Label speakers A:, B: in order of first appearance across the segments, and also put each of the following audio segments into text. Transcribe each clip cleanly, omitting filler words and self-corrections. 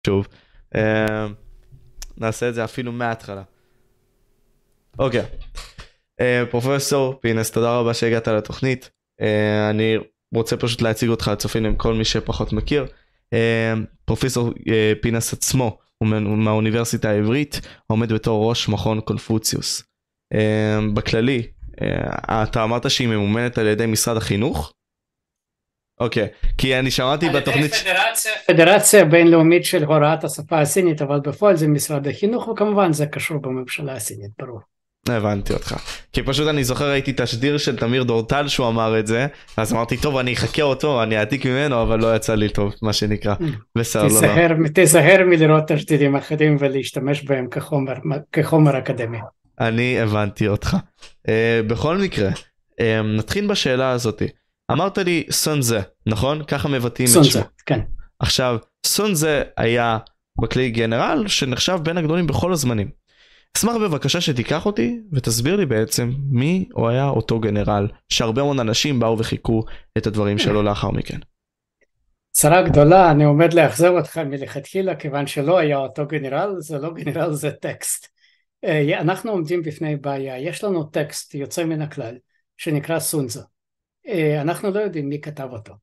A: שוב. נעשה את זה אפילו מההתחלה. אוקיי. פרופסור פינס, תודה רבה שהגעת לתוכנית. אני רוצה פשוט להציג אותך לצופים עם כל מי שפחות מכיר. פרופסור פינס עצמו הוא מהאוניברסיטה העברית, עומד בתור ראש מכון קונפוציוס. בכללי, אתה אמרת שהיא ממומנת על ידי משרד החינוך? אוקיי, כי אני שמעתי בתוכנית...
B: פדרציה בינלאומית של הוראת השפה הסינית, אבל בפועל זה משרד החינוך, וכמובן זה קשור בממשלה הסינית, ברור.
A: הבנתי אותך. כי פשוט אני זוכר ראיתי תשדיר של תמיר דורטל שהוא אמר את זה, אז אמרתי טוב אני אחכה אותו, אני אעתיק ממנו, אבל לא יצא לי טוב, מה שנקרא. בסדר, לא.
B: תזהר מלראות תשדירים אחרים ולהשתמש בהם כחומר אקדמי.
A: אני הבנתי אותך. בכל מקרה, נתחיל בשאלה הזאת. אמרת לי סון זה, נכון? ככה מבטאים את שמו.
B: כן.
A: עכשיו, סון זה היה בכלי גנרל שנחשב בין הגדולים בכל הזמנים. אשמח בבקשה שתיקח אותי ותסביר לי בעצם מי הוא היה אותו גנרל שהרבה מאוד אנשים באו וחיכו את הדברים שלו לאחר מכן.
B: צרה גדולה, אני עומד לאכזב אותך מלכתחילה כיוון שלא היה אותו גנרל, זה לא גנרל, זה טקסט. אנחנו עומדים בפני בעיה, יש לנו טקסט יוצא מן הכלל שנקרא סונזה. אנחנו לא יודעים מי כתב אותו.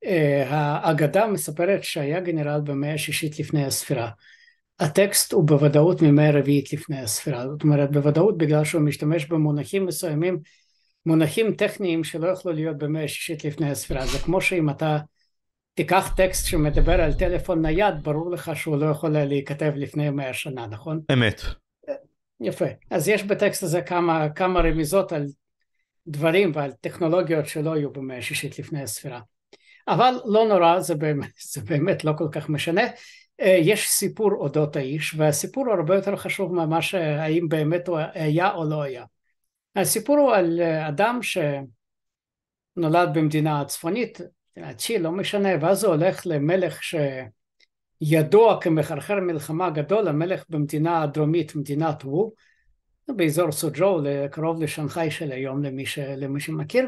B: האגדה מספרת שהיה גנרל במאה השישית לפני הספירה. הטקסט הוא בוודאות ממאה הרביעית לפני הספירה, זאת אומרת בוודאות בגלל שהוא משתמש במונחים מסוימים, מונחים טכניים שלא יכלו להיות במאה השישית לפני הספירה. זה כמו שאם אתה תיקח טקסט שמדבר על טלפון נייד, ברור לך שהוא לא יכול להיכתב לפני 100 שנה, נכון?
A: אמת.
B: יפה. אז יש בטקסט הזה כמה רמיזות על דברים ועל טכנולוגיות שלא היו במאה השישית לפני הספירה. אבל לא נורא, זה באמת לא כל כך משנה. יש סיפור אודות האיש, והסיפור הוא הרבה יותר חשוב ממה שהאם באמת הוא היה או לא היה. הסיפור הוא על אדם שנולד במדינה הצפונית, צ'יל, לא משנה, ואז הוא הולך למלך שידוע כמחרחר מלחמה גדול, המלך במדינה הדרומית, מדינת וו, באזור סוג'ו, קרוב לשנגחאי של היום למי שמכיר,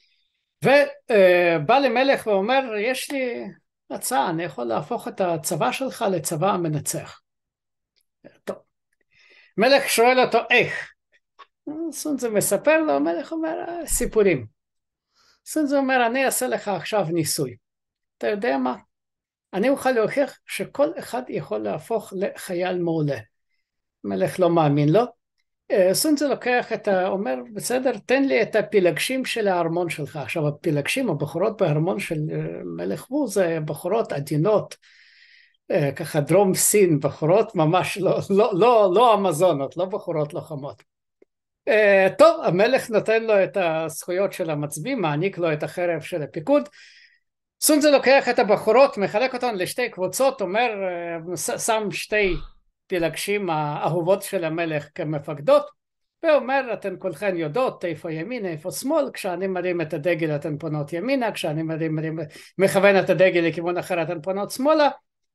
B: ובא למלך ואומר, יש לי הצעה, אני יכול להפוך את הצבא שלך לצבא המנצח. טוב. מלך שואל אותו איך? סונזה מספר לו, המלך אומר, סיפורים. סונזה אומר, אני אעשה לך עכשיו ניסוי. אתה יודע מה? אני אוכל להוכיח שכל אחד יכול להפוך לחייל מעולה. המלך לא מאמין לו. סונזה לוקח אומר, בסדר, תן לי את הפילגשים של הארמון שלך. עכשיו, הפילגשים, הבחורות בארמון של מלך וו, זה בחורות עדינות, ככה דרום סין, בחורות ממש לא אמזונות, לא בחורות לוחמות. טוב, המלך נותן לו את הזכויות של המצביא, מעניק לו את החרב של הפיקוד. סונזה לוקח את הבחורות, מחלק אותן לשתי קבוצות, אומר, שם שתי פילגשים האהובות של המלך כמפקדות, ואומר, אתן כולכן יודעות איפה ימין, איפה שמאל, כשאני מרים את הדגל אתן פונות ימינה, כשאני מכוון את הדגל לכיוון אחר אתן פונות שמאלה.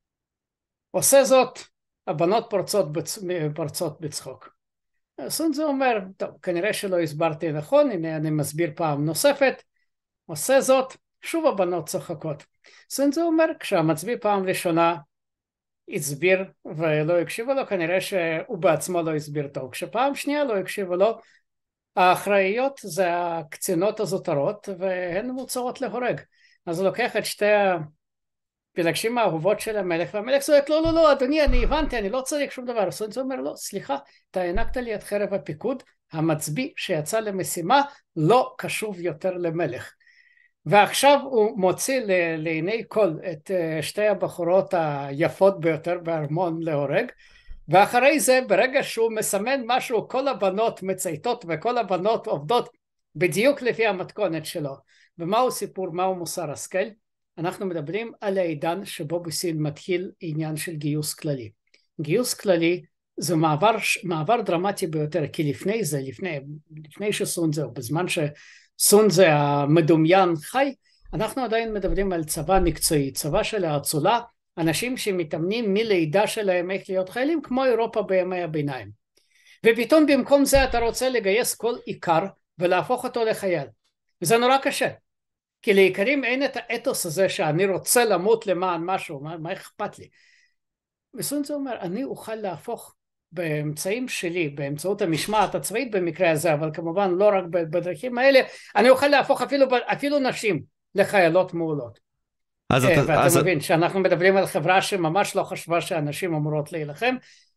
B: עושה זאת, הבנות פורצות בצחוק. סונזה אומר, טוב, כנראה שלא הסברתי נכון, הנה אני מסביר פעם נוספת. עושה זאת, שוב הבנות צוחקות. סונזה אומר, כשהמצביא פעם ראשונה הסביר ולא הקשיבו לו, כנראה שהוא בעצמו לא הסביר טוב. כשפעם שנייה לא הקשיבו לו, האחראיות זה הקצינות הזוטרות, והן מוצאות להורג. אז הוא לוקח את שתי הפילגשים האהובות של המלך, והמלך צועק, לא, לא, לא, אדוני, אני הבנתי, אני לא צריך שום דבר. סונזה אומר, לא, סליחה, אתה הענקת לי את חרב הפיקוד, המצביא שיצא למשימה לא קשוב יותר למלך. ועכשיו הוא מוציא לעיני כל את שתי הבחורות היפות ביותר בארמון להורג, ואחרי זה ברגע שהוא מסמן משהו כל הבנות מצייתות וכל הבנות עובדות בדיוק לפי המתכונת שלו. ומהו סיפור, מהו מוסר השכל? אנחנו מדברים על העידן שבו בסין מתחיל עניין של גיוס כללי. גיוס כללי זה מעבר דרמטי ביותר, כי לפני זה, לפני שסונזה, בזמן שסונזה המדומיין חי, אנחנו עדיין מדברים על צבא מקצועי, צבא של האצולה, אנשים שמתאמנים מלידה שלהם איך להיות חיילים, כמו אירופה בימי הביניים. ופתאום במקום זה אתה רוצה לגייס כל עיקר ולהפוך אותו לחייל. וזה נורא קשה. כי לעיקרים אין את האתוס הזה שאני רוצה למות למען משהו, מה אכפת לי? וסון זה אומר, אני אוכל להפוך באמצעים שלי, באמצעות המשמעת הצבאית במקרה הזה, אבל כמובן לא רק בדרכים האלה, אני אוכל להפוך אפילו נשים לחיילות מעולות. ואתה מבין שאנחנו מדברים על חברה שממש לא חשבה שהנשים אמורות להילחם,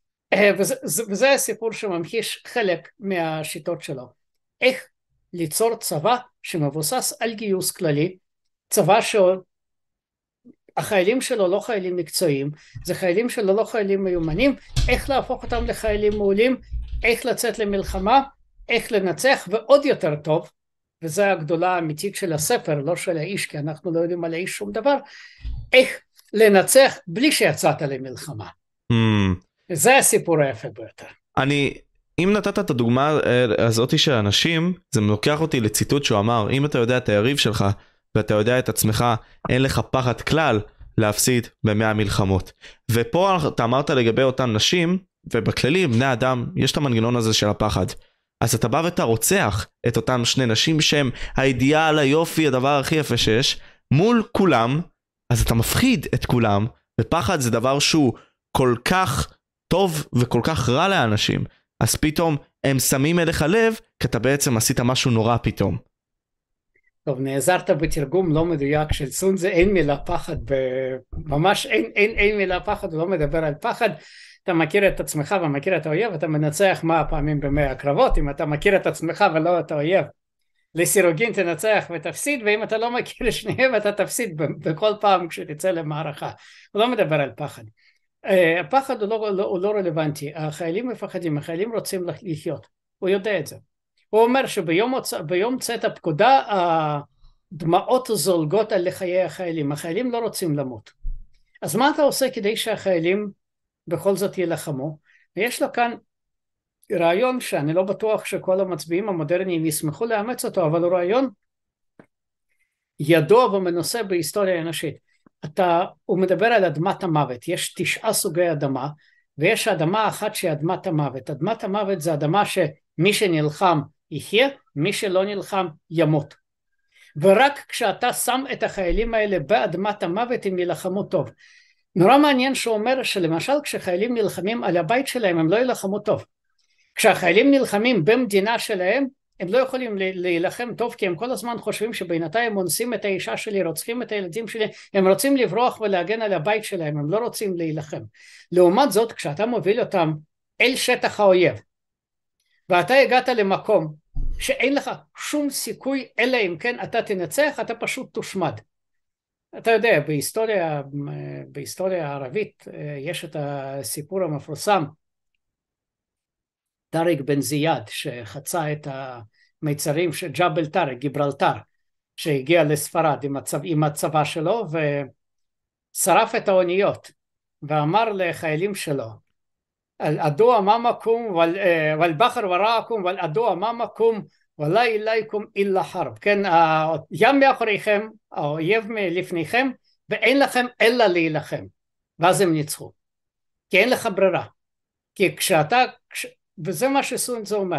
B: וזה הסיפור שממחיש חלק מהשיטות שלו. איך ליצור צבא שמבוסס על גיוס כללי, צבא שהחיילים שלו לא חיילים מקצועיים, זה חיילים שלו לא חיילים מיומנים, איך להפוך אותם לחיילים מעולים, איך לצאת למלחמה, איך לנצח, ועוד יותר טוב, וזו הגדולה האמיתית של הספר, לא של האיש, כי אנחנו לא יודעים על האיש שום דבר, איך לנצח בלי שיצאת למלחמה. זה הסיפור היפה ביותר.
A: אם נתת את הדוגמה הזאת של אנשים, זה לוקח אותי לציטוט שהוא אמר, אם אתה יודע את היריב שלך, ואתה יודע את עצמך, אין לך פחד כלל להפסיד ב100 מלחמות. ופה אתה אמרת לגבי אותן נשים, ובכללי, בני אדם, יש את המנגנון הזה של הפחד. אז אתה בא ואתה רוצח את אותם שני נשים שהם האידיאל, היופי, הדבר הכי יפה שיש, מול כולם, אז אתה מפחיד את כולם, ופחד זה דבר שהוא כל כך טוב וכל כך רע לאנשים, אז פתאום הם שמים אליך לב, כי אתה בעצם עשית משהו נורא פתאום.
B: טוב, נעזרת בתרגום לא מדויק של סונזה, אין מילה פחד, ממש אין מילה פחד, הוא לא מדבר על פחד, אתה מכיר את עצמך ומכיר את האויב, אתה מנצח 100 פעמים ב100 הקרבות, אם אתה מכיר את עצמך ולא את האויב, לסירוגין תנצח ותפסיד, ואם אתה לא מכיר שניהם אתה תפסיד בכל פעם כשתצא למערכה, הוא לא מדבר על פחד. הפחד הוא לא רלוונטי, החיילים מפחדים, החיילים רוצים לחיות, הוא יודע את זה. הוא אומר שביום צאת הפקודה הדמעות זולגות על חיי החיילים, החיילים לא רוצים למות. אז מה אתה עושה כדי שהחיילים בכל זאת ילחמו? ויש לו כאן רעיון שאני לא בטוח שכל המצביעים המודרניים ישמחו לאמץ אותו, אבל הוא רעיון ידוע ומנוסה בהיסטוריה האנושית. הוא מדבר על אדמת המוות, יש 9 סוגי אדמה, ויש אדמה אחת שהיא אדמת המוות. אדמת המוות זה אדמה שמי שנלחם יחיה, מי שלא נלחם ימות. ורק כשאתה שם את החיילים האלה באדמת המוות הם ילחמו טוב. נורא מעניין שהוא אומר שלמשל כשחיילים נלחמים על הבית שלהם הם לא ילחמו טוב. כשהחיילים נלחמים במדינה שלהם הם לא יכולים להילחם טוב, כי הם כל הזמן חושבים שבינתיים אונסים את האישה שלי, רוצחים את הילדים שלי, הם רוצים לברוח ולהגן על הבית שלהם, הם לא רוצים להילחם. לעומת זאת, כשאתה מוביל אותם אל שטח האויב, ואתה הגעת למקום שאין לך שום סיכוי, אלא אם כן אתה תנצח, אתה פשוט תושמד. אתה יודע, בהיסטוריה הערבית יש את הסיפור המפורסם, טאריק בן זיאד שחצה את המיצרים של ג'בל טאריק, גיברלטר, שהגיע לספרד עם הצבא שלו ושרף את האוניות ואמר לחיילים שלו, אל-עדו אמאמכום ואל-בחר וראכום ואל-עדו אמאמכום ולא אליכום אילה חרב. כן, הים מאחוריכם, האויב לפניכם, ואין לכם אלא להילחם. ואז הם ניצחו, כי אין לך ברירה. כי וזה מה שסונזה אומר,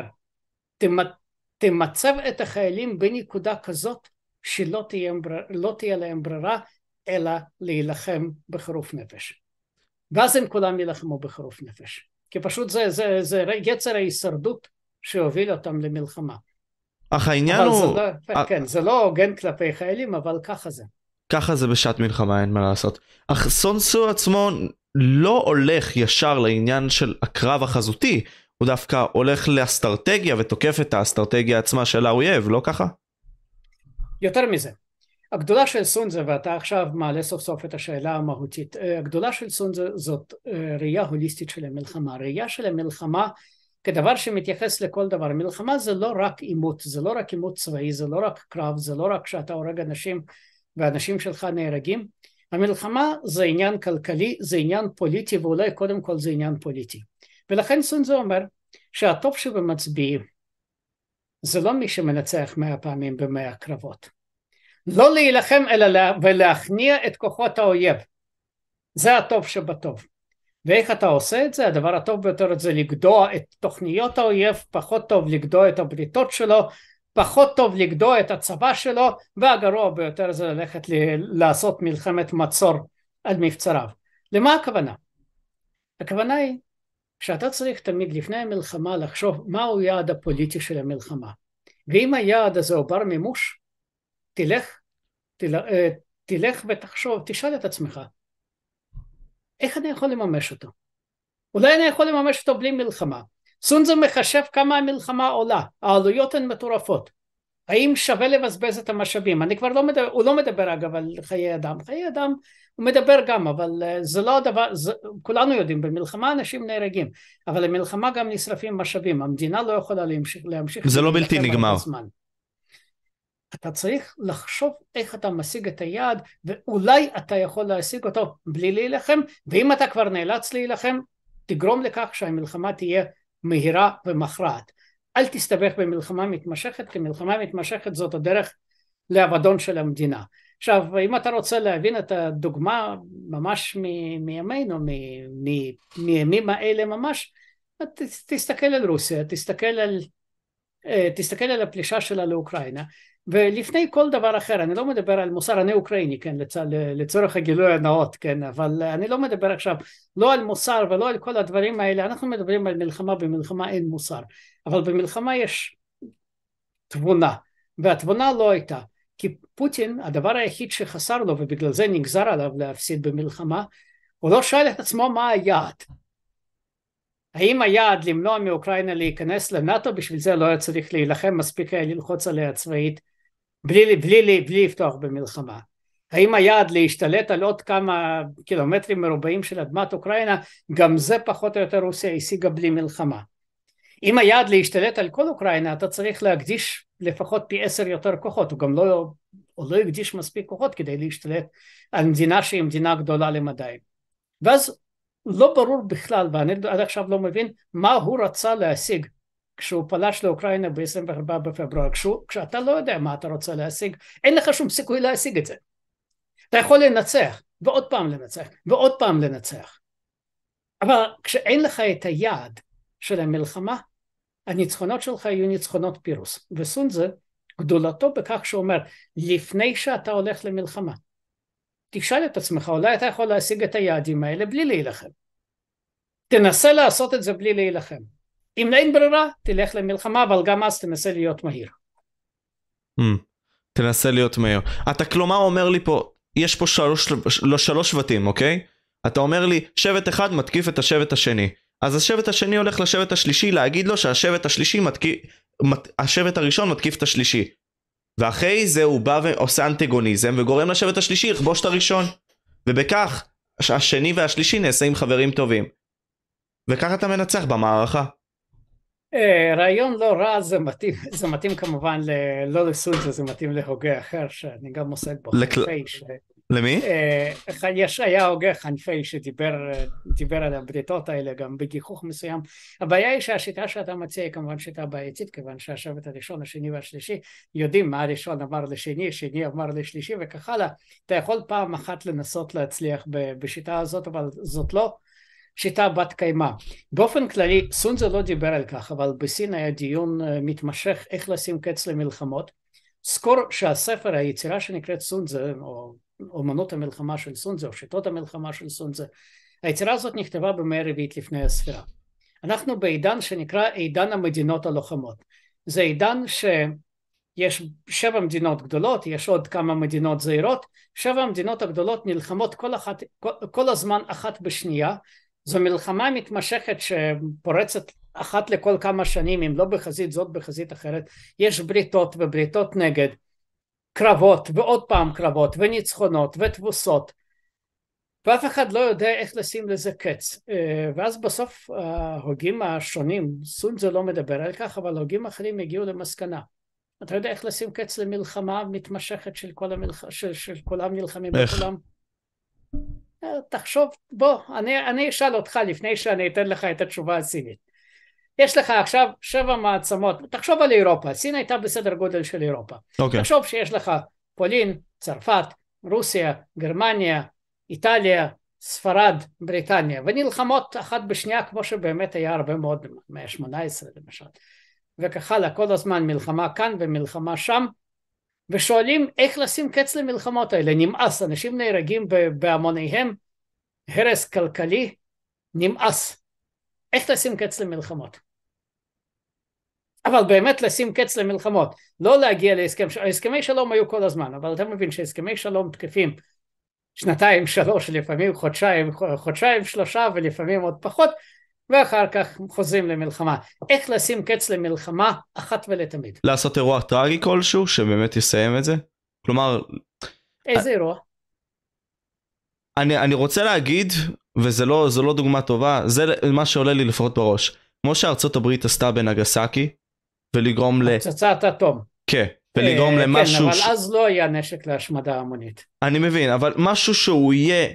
B: תמצב את החיילים בנקודה כזאת שלא תהיה להם ברירה אלא להילחם בחירוף נפש. ואז הם כולם ילחמו בחירוף נפש, כי פשוט זה יצר ההישרדות שהוביל אותם למלחמה.
A: אך העניין הוא...
B: כן, זה לא הוגן כלפי חיילים, אבל ככה זה.
A: ככה זה בשעת מלחמה, אין מה לעשות. אך סון סו עצמו לא הולך ישר לעניין של הקרב החזותי, הוא דווקא הולך לאסטרטגיה ותוקף את האסטרטגיה עצמה של האויב, לא ככה?
B: יותר מזה. הגדולה של סונזה, ואתה עכשיו מעלה סוף סוף את השאלה המהותית, הגדולה של סונזה זאת ראייה הוליסטית של המלחמה, ראייה של המלחמה כדבר שמתייחס לכל דבר. מלחמה זה לא רק עימות, זה לא רק עימות צבאי, זה לא רק קרב, זה לא רק שאתה הורג אנשים ואנשים שלך נהרגים, המלחמה זה עניין כלכלי, זה עניין פוליטי, ואולי קודם כל זה עניין פוליטי. ולכן סונזה אומר שהטוב שבמצביעים זה לא מי שמנצח 100 פעמים ב100 קרבות, לא להילחם אלא ולהכניע את כוחות האויב, זה הטוב שבטוב. ואיך אתה עושה את זה? הדבר הטוב ביותר זה לגדוע את תוכניות האויב, פחות טוב לגדוע את הבריתות שלו, פחות טוב לגדוע את הצבא שלו, והגרוע ביותר זה ללכת לעשות מלחמת מצור על מבצריו. למה הכוונה? הכוונה היא שאתה צריך תמיד לפני המלחמה לחשוב מהו היעד הפוליטי של המלחמה. ואם היעד הזה הוא בר מימוש, תלך ותחשוב, תשאל את עצמך, איך אני יכול לממש אותו? אולי אני יכול לממש אותו בלי מלחמה. סונזו מחשב כמה המלחמה עולה, העלויות הן מטורפות. האם שווה לבזבז את המשאבים? אני כבר לא מדבר, הוא לא מדבר אגב על חיי אדם, חיי אדם הוא מדבר גם, אבל זה לא הדבר, כולנו יודעים, במלחמה אנשים נהרגים, אבל במלחמה גם נשרפים משאבים, המדינה לא יכולה להמשיך
A: זה לא בלתי נגמר.
B: אתה צריך לחשוב איך אתה משיג את היעד, ואולי אתה יכול להשיג אותו בלי להילחם, ואם אתה כבר נאלץ להילחם, תגרום לכך שהמלחמה תהיה מהירה ומכרעת. אל תסתבך במלחמה מתמשכת, כי מלחמה מתמשכת זאת הדרך לאבדון של המדינה. עכשיו, אם אתה רוצה להבין את הדוגמה ממש מימינו, מימים האלה ממש, תסתכל על רוסיה, תסתכל על הפלישה שלה לאוקראינה, ולפני כל דבר אחר, אני לא מדבר על מוסר, אני אוקראיני, כן, לצורך הגילוי הנאות, כן, אבל אני לא מדבר עכשיו לא על מוסר ולא על כל הדברים האלה, אנחנו מדברים על מלחמה, במלחמה אין מוסר, אבל במלחמה יש תבונה, והתבונה לא הייתה, כי פוטין, הדבר היחיד שחסר לו, ובגלל זה נגזר עליו להפסיד במלחמה, הוא לא שאל את עצמו מה היעד. האם היעד למנוע מאוקראינה להיכנס לנאטו, בשביל זה לא היה צריך להילחם, מספיק היה ללחוץ עליה צבאית, בלי לפתוח במלחמה. האם היעד להשתלט על עוד כמה קילומטרים מרובעים של אדמת אוקראינה, גם זה פחות או יותר רוסיה השיגה בלי מלחמה. אם היעד להשתלט על כל אוקראינה, אתה צריך להקדיש לפחות פי 10 יותר כוחות, הוא גם לא הקדיש מספיק כוחות כדי להשתלט על מדינה שהיא מדינה גדולה למדי. ואז לא ברור בכלל, ואני עד עכשיו לא מבין מה הוא רצה להשיג כשהוא פלש לאוקראינה ב-24 בפברואר, כשאתה לא יודע מה אתה רוצה להשיג, אין לך שום סיכוי להשיג את זה. אתה יכול לנצח, ועוד פעם לנצח, ועוד פעם לנצח. אבל כשאין לך את היעד של המלחמה, הניצחונות שלך יהיו ניצחונות פירוס. וסונזה, גדולתו בכך שאומר, לפני שאתה הולך למלחמה, תשאל את עצמך, אולי אתה יכול להשיג את היעדים האלה בלי להילחם. תנסה לעשות את זה בלי להילחם. אם אין ברירה, תלך למלחמה, אבל גם אז תנסה להיות מהיר.
A: תנסה להיות מהיר. אתה כלומר אומר לי פה, יש פה שלוש שבטים, אוקיי? אתה אומר לי, שבט אחד מתקיף את השבט השני. אז השבט השני הולך לשבט השלישי להגיד לו שהשבט השלישי השבט הראשון מתקיף את השלישי. ואחרי זה הוא בא ועושה אנטגוניזם וגורם לשבט השלישי לכבוש את הראשון. ובכך השני והשלישי נעשים חברים טובים. וכך אתה מנצח במערכה.
B: רעיון לא רע, זה מתאים כמובן לא לסונזה, זה מתאים להוגה אחר שאני גם עוסק בו.
A: למי?
B: היה הוגה חנפי שדיבר על הבריתות האלה גם בגיחוך מסוים. הבעיה היא שהשיטה שאתה מציע היא כמובן שיטה בעייתית, כיוון שהשבט הראשון, השני והשלישי יודעים מה הראשון אמר לשני, שני אמר לשלישי וכך הלאה. אתה יכול פעם אחת לנסות להצליח בשיטה הזאת, אבל זאת לא שיטה בת קיימה. באופן כללי סונזה לא דיבר על כך, אבל בסין היה דיון מתמשך איך לשים קץ למלחמות. זכור שהספר, היצירה שנקראת סונזה, או אומנות המלחמה של סונזה, או שיטות המלחמה של סונזה, היצירה הזאת נכתבה במאה הרביעית לפני הספירה. אנחנו בעידן שנקרא עידן המדינות הלוחמות. זה עידן שיש 7 מדינות גדולות, יש עוד כמה מדינות זעירות, 7 המדינות הגדולות נלחמות כל הזמן אחת בשנייה. זו מלחמה מתמשכת שפורצת אחת לכל כמה שנים, אם לא בחזית זאת בחזית אחרת. יש בריתות ובריתות נגד, קרבות ועוד פעם קרבות וניצחונות ותבוסות, ואף אחד לא יודע איך לשים לזה קץ. ואז בסוף ההוגים השונים, סונזה לא מדבר על כך, אבל הוגים אחרים הגיעו למסקנה, אתה יודע איך לשים קץ למלחמה מתמשכת של כולם נלחמים בכולם? תחשוב, בוא, אני אשאל אותך לפני שאני אתן לך את התשובה הסינית. יש לך עכשיו 7 מעצמות, תחשוב על אירופה, סין הייתה בסדר גודל של אירופה. תחשוב שיש לך פולין, צרפת, רוסיה, גרמניה, איטליה, ספרד, בריטניה, ונלחמות אחת בשנייה כמו שבאמת היה הרבה מאוד, 118 למשל. וכך הלאה, כל הזמן מלחמה כאן ומלחמה שם, ושואלים איך לשים קץ למלחמות האלה. נמאס, אנשים נהרגים בהמוניהם, הרס כלכלי, נמאס. איך לשים קץ למלחמות? אבל באמת לשים קץ למלחמות, לא להגיע להסכם, הסכמי שלום היו כל הזמן, אבל אתה מבין שהסכמי שלום תקפים שנתיים, שלוש, לפעמים חודשיים, שלושה, ולפעמים עוד פחות, ואחר כך חוזרים למלחמה. איך לשים קץ למלחמה אחת ולתמיד?
A: לעשות אירוע טרגי כלשהו שבאמת יסיים את זה? כלומר,
B: איזה אירוע?
A: אני רוצה להגיד, וזה לא דוגמה טובה, זה מה שעולה לי לפחות בראש. כמו שארצות הברית עשתה בנגסקי, ולגרום
B: פצצת אטום.
A: כן, ולגרום למשהו...
B: כן, אבל אז לא היה נשק להשמדה המונית.
A: אני מבין, אבל משהו שהוא יהיה...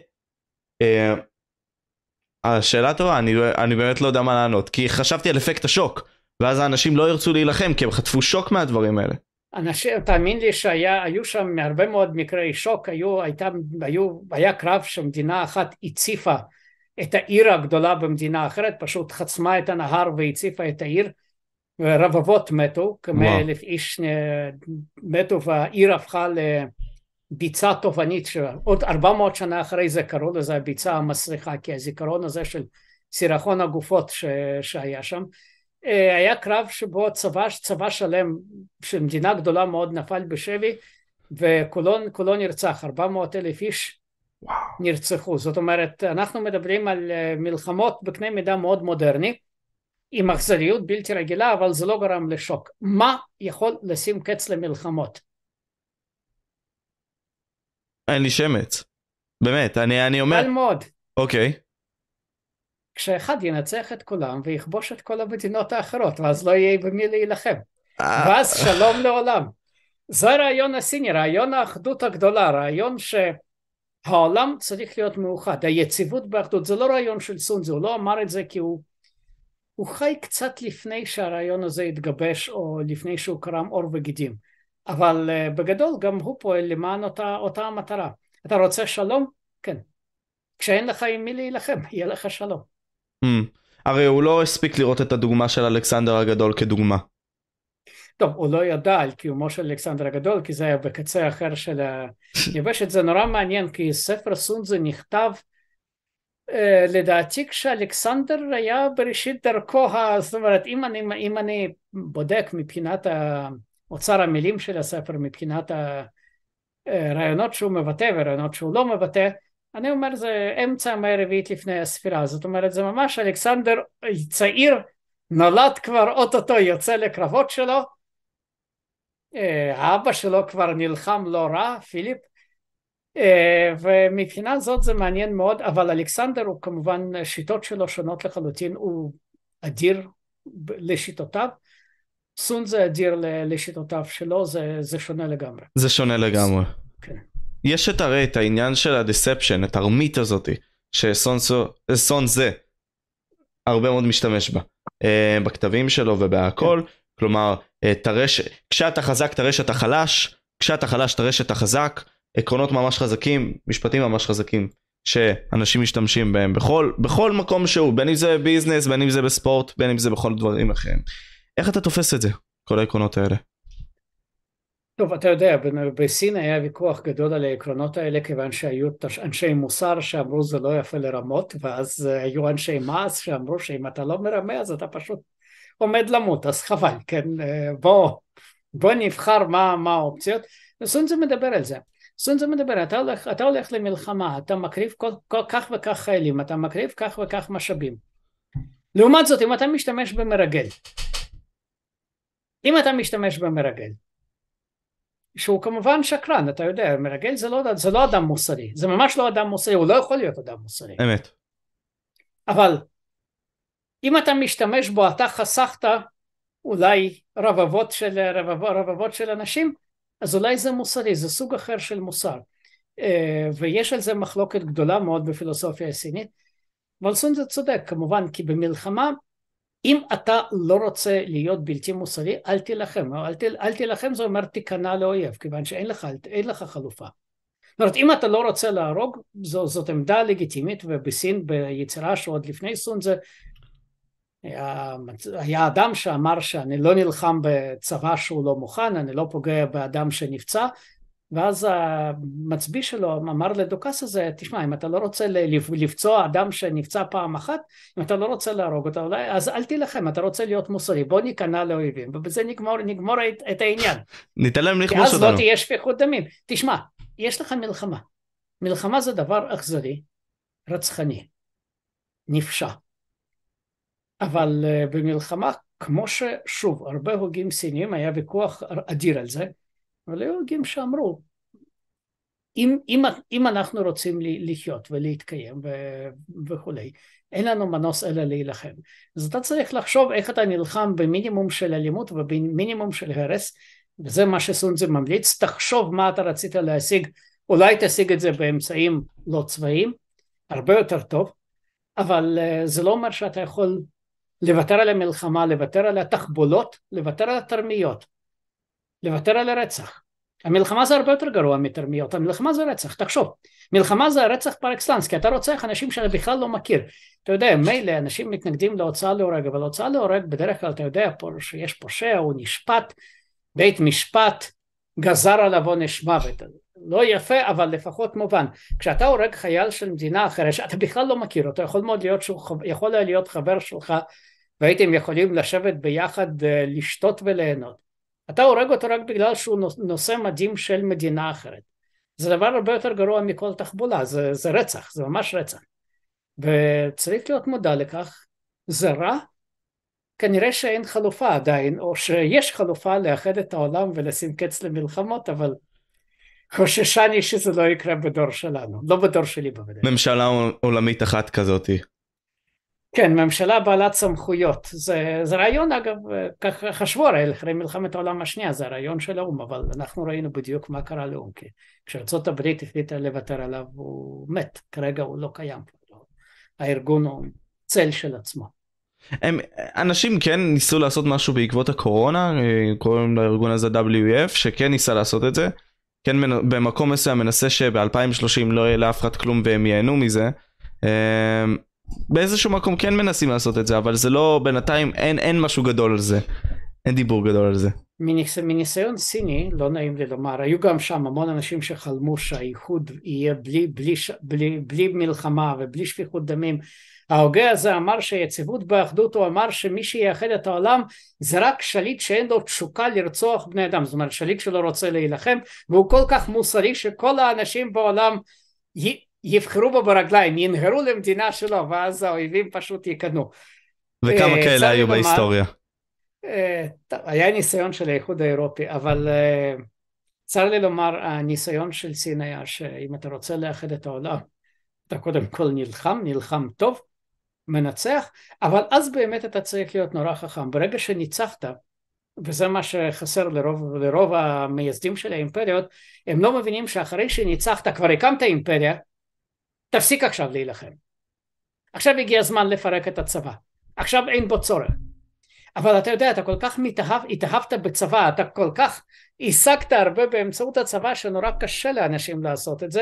A: השאלה טובה, אני באמת לא יודע מה לענות, כי חשבתי על אפקט השוק, ואז האנשים לא ירצו להילחם, כי הם חטפו שוק מהדברים האלה.
B: תאמין לי שהיו שם הרבה מאוד מקרי שוק, היה קרב שמדינה אחת הציפה את העיר הגדולה במדינה אחרת, פשוט חצמה את הנהר והציפה את העיר, ורבבות מתו, כ100,000 איש מתו, והעיר הפכה לביצה תובענית, שעוד 400 שנה אחרי זה קראו לזה הביצה המסריחה, כי הזיכרון הזה של סירחון הגופות שהיה שם, היה קרב שבו צבא שלם של מדינה גדולה מאוד נפל בשבי, וכולו נרצח, 400,000 איש נרצחו. זאת אומרת, אנחנו מדברים על מלחמות בקנה מידה מאוד מודרני, עם אכזריות בלתי רגילה, אבל זה לא גרם לשוק. מה יכול לשים קץ למלחמות?
A: אין לי שמץ. באמת, אני אומר...
B: קל מאוד.
A: אוקיי.
B: כשאחד ינצח את כולם ויכבוש את כל המדינות האחרות, ואז לא יהיה במי להילחם. ואז שלום לעולם. זה הרעיון הסיני, רעיון האחדות הגדולה, רעיון שהעולם צריך להיות מאוחד. היציבות באחדות, זה לא רעיון של סונזו, הוא לא אמר את זה כי הוא חי קצת לפני שהרעיון הזה התגבש, או לפני שהוא קרם עור וגידים. אבל בגדול גם הוא פועל למען אותה המטרה. אתה רוצה שלום? כן. כשאין לך עם מי להילחם, יהיה לך שלום.
A: הרי הוא לא הספיק לראות את הדוגמה של אלכסנדר הגדול כדוגמה.
B: טוב, הוא לא ידע על קיומו של אלכסנדר הגדול, כי זה היה בקצה אחר של היבשת. זה נורא מעניין, כי ספר סונזו נכתב, לדעתי כשאלכסנדר היה בראשית דרכו, זאת אומרת, אם אני בודק מבחינת אוצר המילים של הספר, מבחינת הרעיונות שהוא מבטא ורעיונות שהוא לא מבטא, אני אומר זה אמצע המאה הרביעית לפני הספירה. זאת אומרת, זה ממש אלכסנדר צעיר, נולד כבר אוטוטו יוצא לקרבות שלו, האבא שלו כבר נלחם לא רע, פיליפ, ומבחינה זאת זה מעניין מאוד. אבל אלכסנדר הוא כמובן, שיטות שלו שונות לחלוטין, הוא אדיר לשיטותיו, סונזו אדיר לשיטותיו שלו, זה שונה לגמרי.
A: זה שונה לגמרי.
B: כן.
A: יש הרי את העניין של הדספשן, את הרמית הזאת, שסונזו הרבה מאוד משתמש בה, בכתבים שלו ובהכל, כלומר, כשאתה חזק תראה שאתה חלש, כשאתה חלש תראה שאתה חזק, עקרונות ממש חזקים, משפטים ממש חזקים, שאנשים משתמשים בהם בכל מקום שהוא, בין אם זה ביזנס, בין אם זה בספורט, בין אם זה בכל דברים אחרים. איך אתה תופס את זה, כל העקרונות האלה?
B: טוב, אתה יודע, בסין היה ויכוח גדול על העקרונות האלה, כיוון שהיו אנשי מוסר שאמרו זה לא יפה לרמות, ואז היו אנשי מעש שאמרו שאם אתה לא מרמה אז אתה פשוט עומד למות, אז חבל, כן, בוא נבחר מה האופציות. סונזו מדבר על זה. סונזו מדבר, אתה הולך למלחמה, אתה מקריב כך וכך חיילים, אתה מקריב כך וכך משאבים. לעומת זאת, אם אתה משתמש במרגל, שהוא כמובן שקרן, אתה יודע, מרגל זה לא אדם מוסרי, זה ממש לא אדם מוסרי, הוא לא יכול להיות אדם מוסרי.
A: אמת.
B: אבל אם אתה משתמש בו, אתה חסכת אולי רבבות של אנשים, אז אולי זה מוסרי, זה סוג אחר של מוסר. ויש על זה מחלוקת גדולה מאוד בפילוסופיה הסינית, אבל סונזו צודק כמובן, כי במלחמה, אם אתה לא רוצה להיות בלתי מוסרי, אל תילחם. אל תילחם זה אומר תיכנע לאויב, כיוון שאין לך חלופה. זאת אומרת, אם אתה לא רוצה להרוג, זאת עמדה לגיטימית, ובסין ביצירה שעוד לפני סונזו, היה אדם שאמר שאני לא נלחם בצבא שהוא לא מוכן, אני לא פוגע באדם שנפצע, ואז המצביא שלו אמר לדוכס הזה, תשמע, אם אתה לא רוצה לפצוע אדם שנפצע פעם אחת, אם אתה לא רוצה להרוג אותו, אז אל תילחם, אתה רוצה להיות מוסרי, בוא ניכנע לאויבים, ובזה נגמור את העניין.
A: ניתן להם
B: כי
A: לכבוש
B: אז לא
A: אותנו.
B: תהיה שפיכות דמים. תשמע, יש לך מלחמה. מלחמה זה דבר אכזרי, רצחני, נפשע. אבל במלחמה, כמו ששוב, הרבה הוגים סינים, היה ויכוח אדיר על זה, אבל היו הוגים שאמרו, אם אנחנו רוצים לחיות ולהתקיים וכולי, אין לנו מנוס אלא להילחם. אז אתה צריך לחשוב איך אתה נלחם במינימום של אלימות ובמינימום של הרס, וזה מה שסונזו ממליץ, תחשוב מה אתה רצית להשיג, אולי תשיג את זה באמצעים לא צבאיים, הרבה יותר טוב, אבל זה לא אומר שאתה יכול לוותר על המלחמה, לוותר על התחבולות, לוותר על התרמיות, לוותר על הרצח. המלחמה זה הרבה יותר גרוע מתרמיות, המלחמה זה רצח, תחשוב, מלחמה זה הרצח פר אקסלנס, כי אתה רוצח אנשים שאתה בכלל לא מכיר, אתה יודע, מילא אנשים מתנגדים להוצאה להורג, אבל להוצאה להורג בדרך כלל אתה יודע שיש פושע, הוא נשפט, בית משפט גזר עליו עונש מוות, לא יפה אבל לפחות מובן, כשאתה הורג חייל של מדינה אחרת שאתה בכלל לא מכיר אותו, יכול מאוד להיות שהוא יכול להיות חבר שלך, והייתם יכולים לשבת ביחד לשתות וליהנות, אתה הורג אותו רק בגלל שהוא נושא מדים של מדינה אחרת. זה דבר הרבה יותר גרוע מכל תחבולה, זה רצח, זה ממש רצח. וצריך להיות מודע לכך, זה רע, כנראה שאין חלופה עדיין, או שיש חלופה לאחד את העולם ולשים קץ למלחמות, אבל חוששני שזה לא יקרה בדור שלנו, לא בדור שלי בוודאי.
A: ממשלה עולמית אחת כזאת.
B: כן, ממשלה בעלת סמכויות, זה רעיון אגב, ככה חשבו הרי אחרי מלחמת העולם השנייה, זה הרעיון של האום, אבל אנחנו ראינו בדיוק מה קרה לאום, כי כשארצות הברית החליטה לוותר עליו, הוא מת, כרגע הוא לא קיים, הארגון הוא צל של עצמו.
A: אנשים כן ניסו לעשות משהו בעקבות הקורונה, קוראים לארגון הזה WEF, שכן ניסה לעשות את זה, כן במקום מסוים מנסה שב-2030 לא יהיה לאף אחד כלום והם ייהנו מזה, באיזשהו מקום כן מנסים לעשות את זה, אבל זה לא, בינתיים אין משהו גדול על זה, אין דיבור גדול על זה.
B: מניסיון סיני, לא נעים לי לומר, היו גם שם המון אנשים שחלמו שהאיחוד יהיה בלי מלחמה ובלי שפיכות דמים. ההוגה הזה אמר שיציבות באחדות, הוא אמר שמי שיאחד את העולם זה רק שליט שאין לו תשוקה לרצוח בני אדם, זאת אומרת שליט שלא רוצה להילחם, והוא כל כך מוסרי שכל האנשים בעולם יבחרו בו ברגליים, ינהרו למדינה שלו, ואז האויבים פשוט יקנו.
A: וכמה כאלה היו בהיסטוריה?
B: היה ניסיון של האיחוד האירופי, אבל צר לי לומר, הניסיון של סין היה שאם אתה רוצה לאחד את העולם, אתה קודם כל נלחם טוב, מנצח, אבל אז באמת אתה צריך להיות נורא חכם. ברגע שניצחת, וזה מה שחסר לרוב המייסדים של האימפריות, הם לא מבינים שאחרי שניצחת, כבר הקמת אימפריה, תפסיק עכשיו להילחם. עכשיו הגיע הזמן לפרק את הצבא. עכשיו אין בו צורך. אבל אתה יודע, אתה כל כך התאהבת בצבא, אתה כל כך השגת הרבה באמצעות הצבא, שנורא קשה לאנשים לעשות את זה,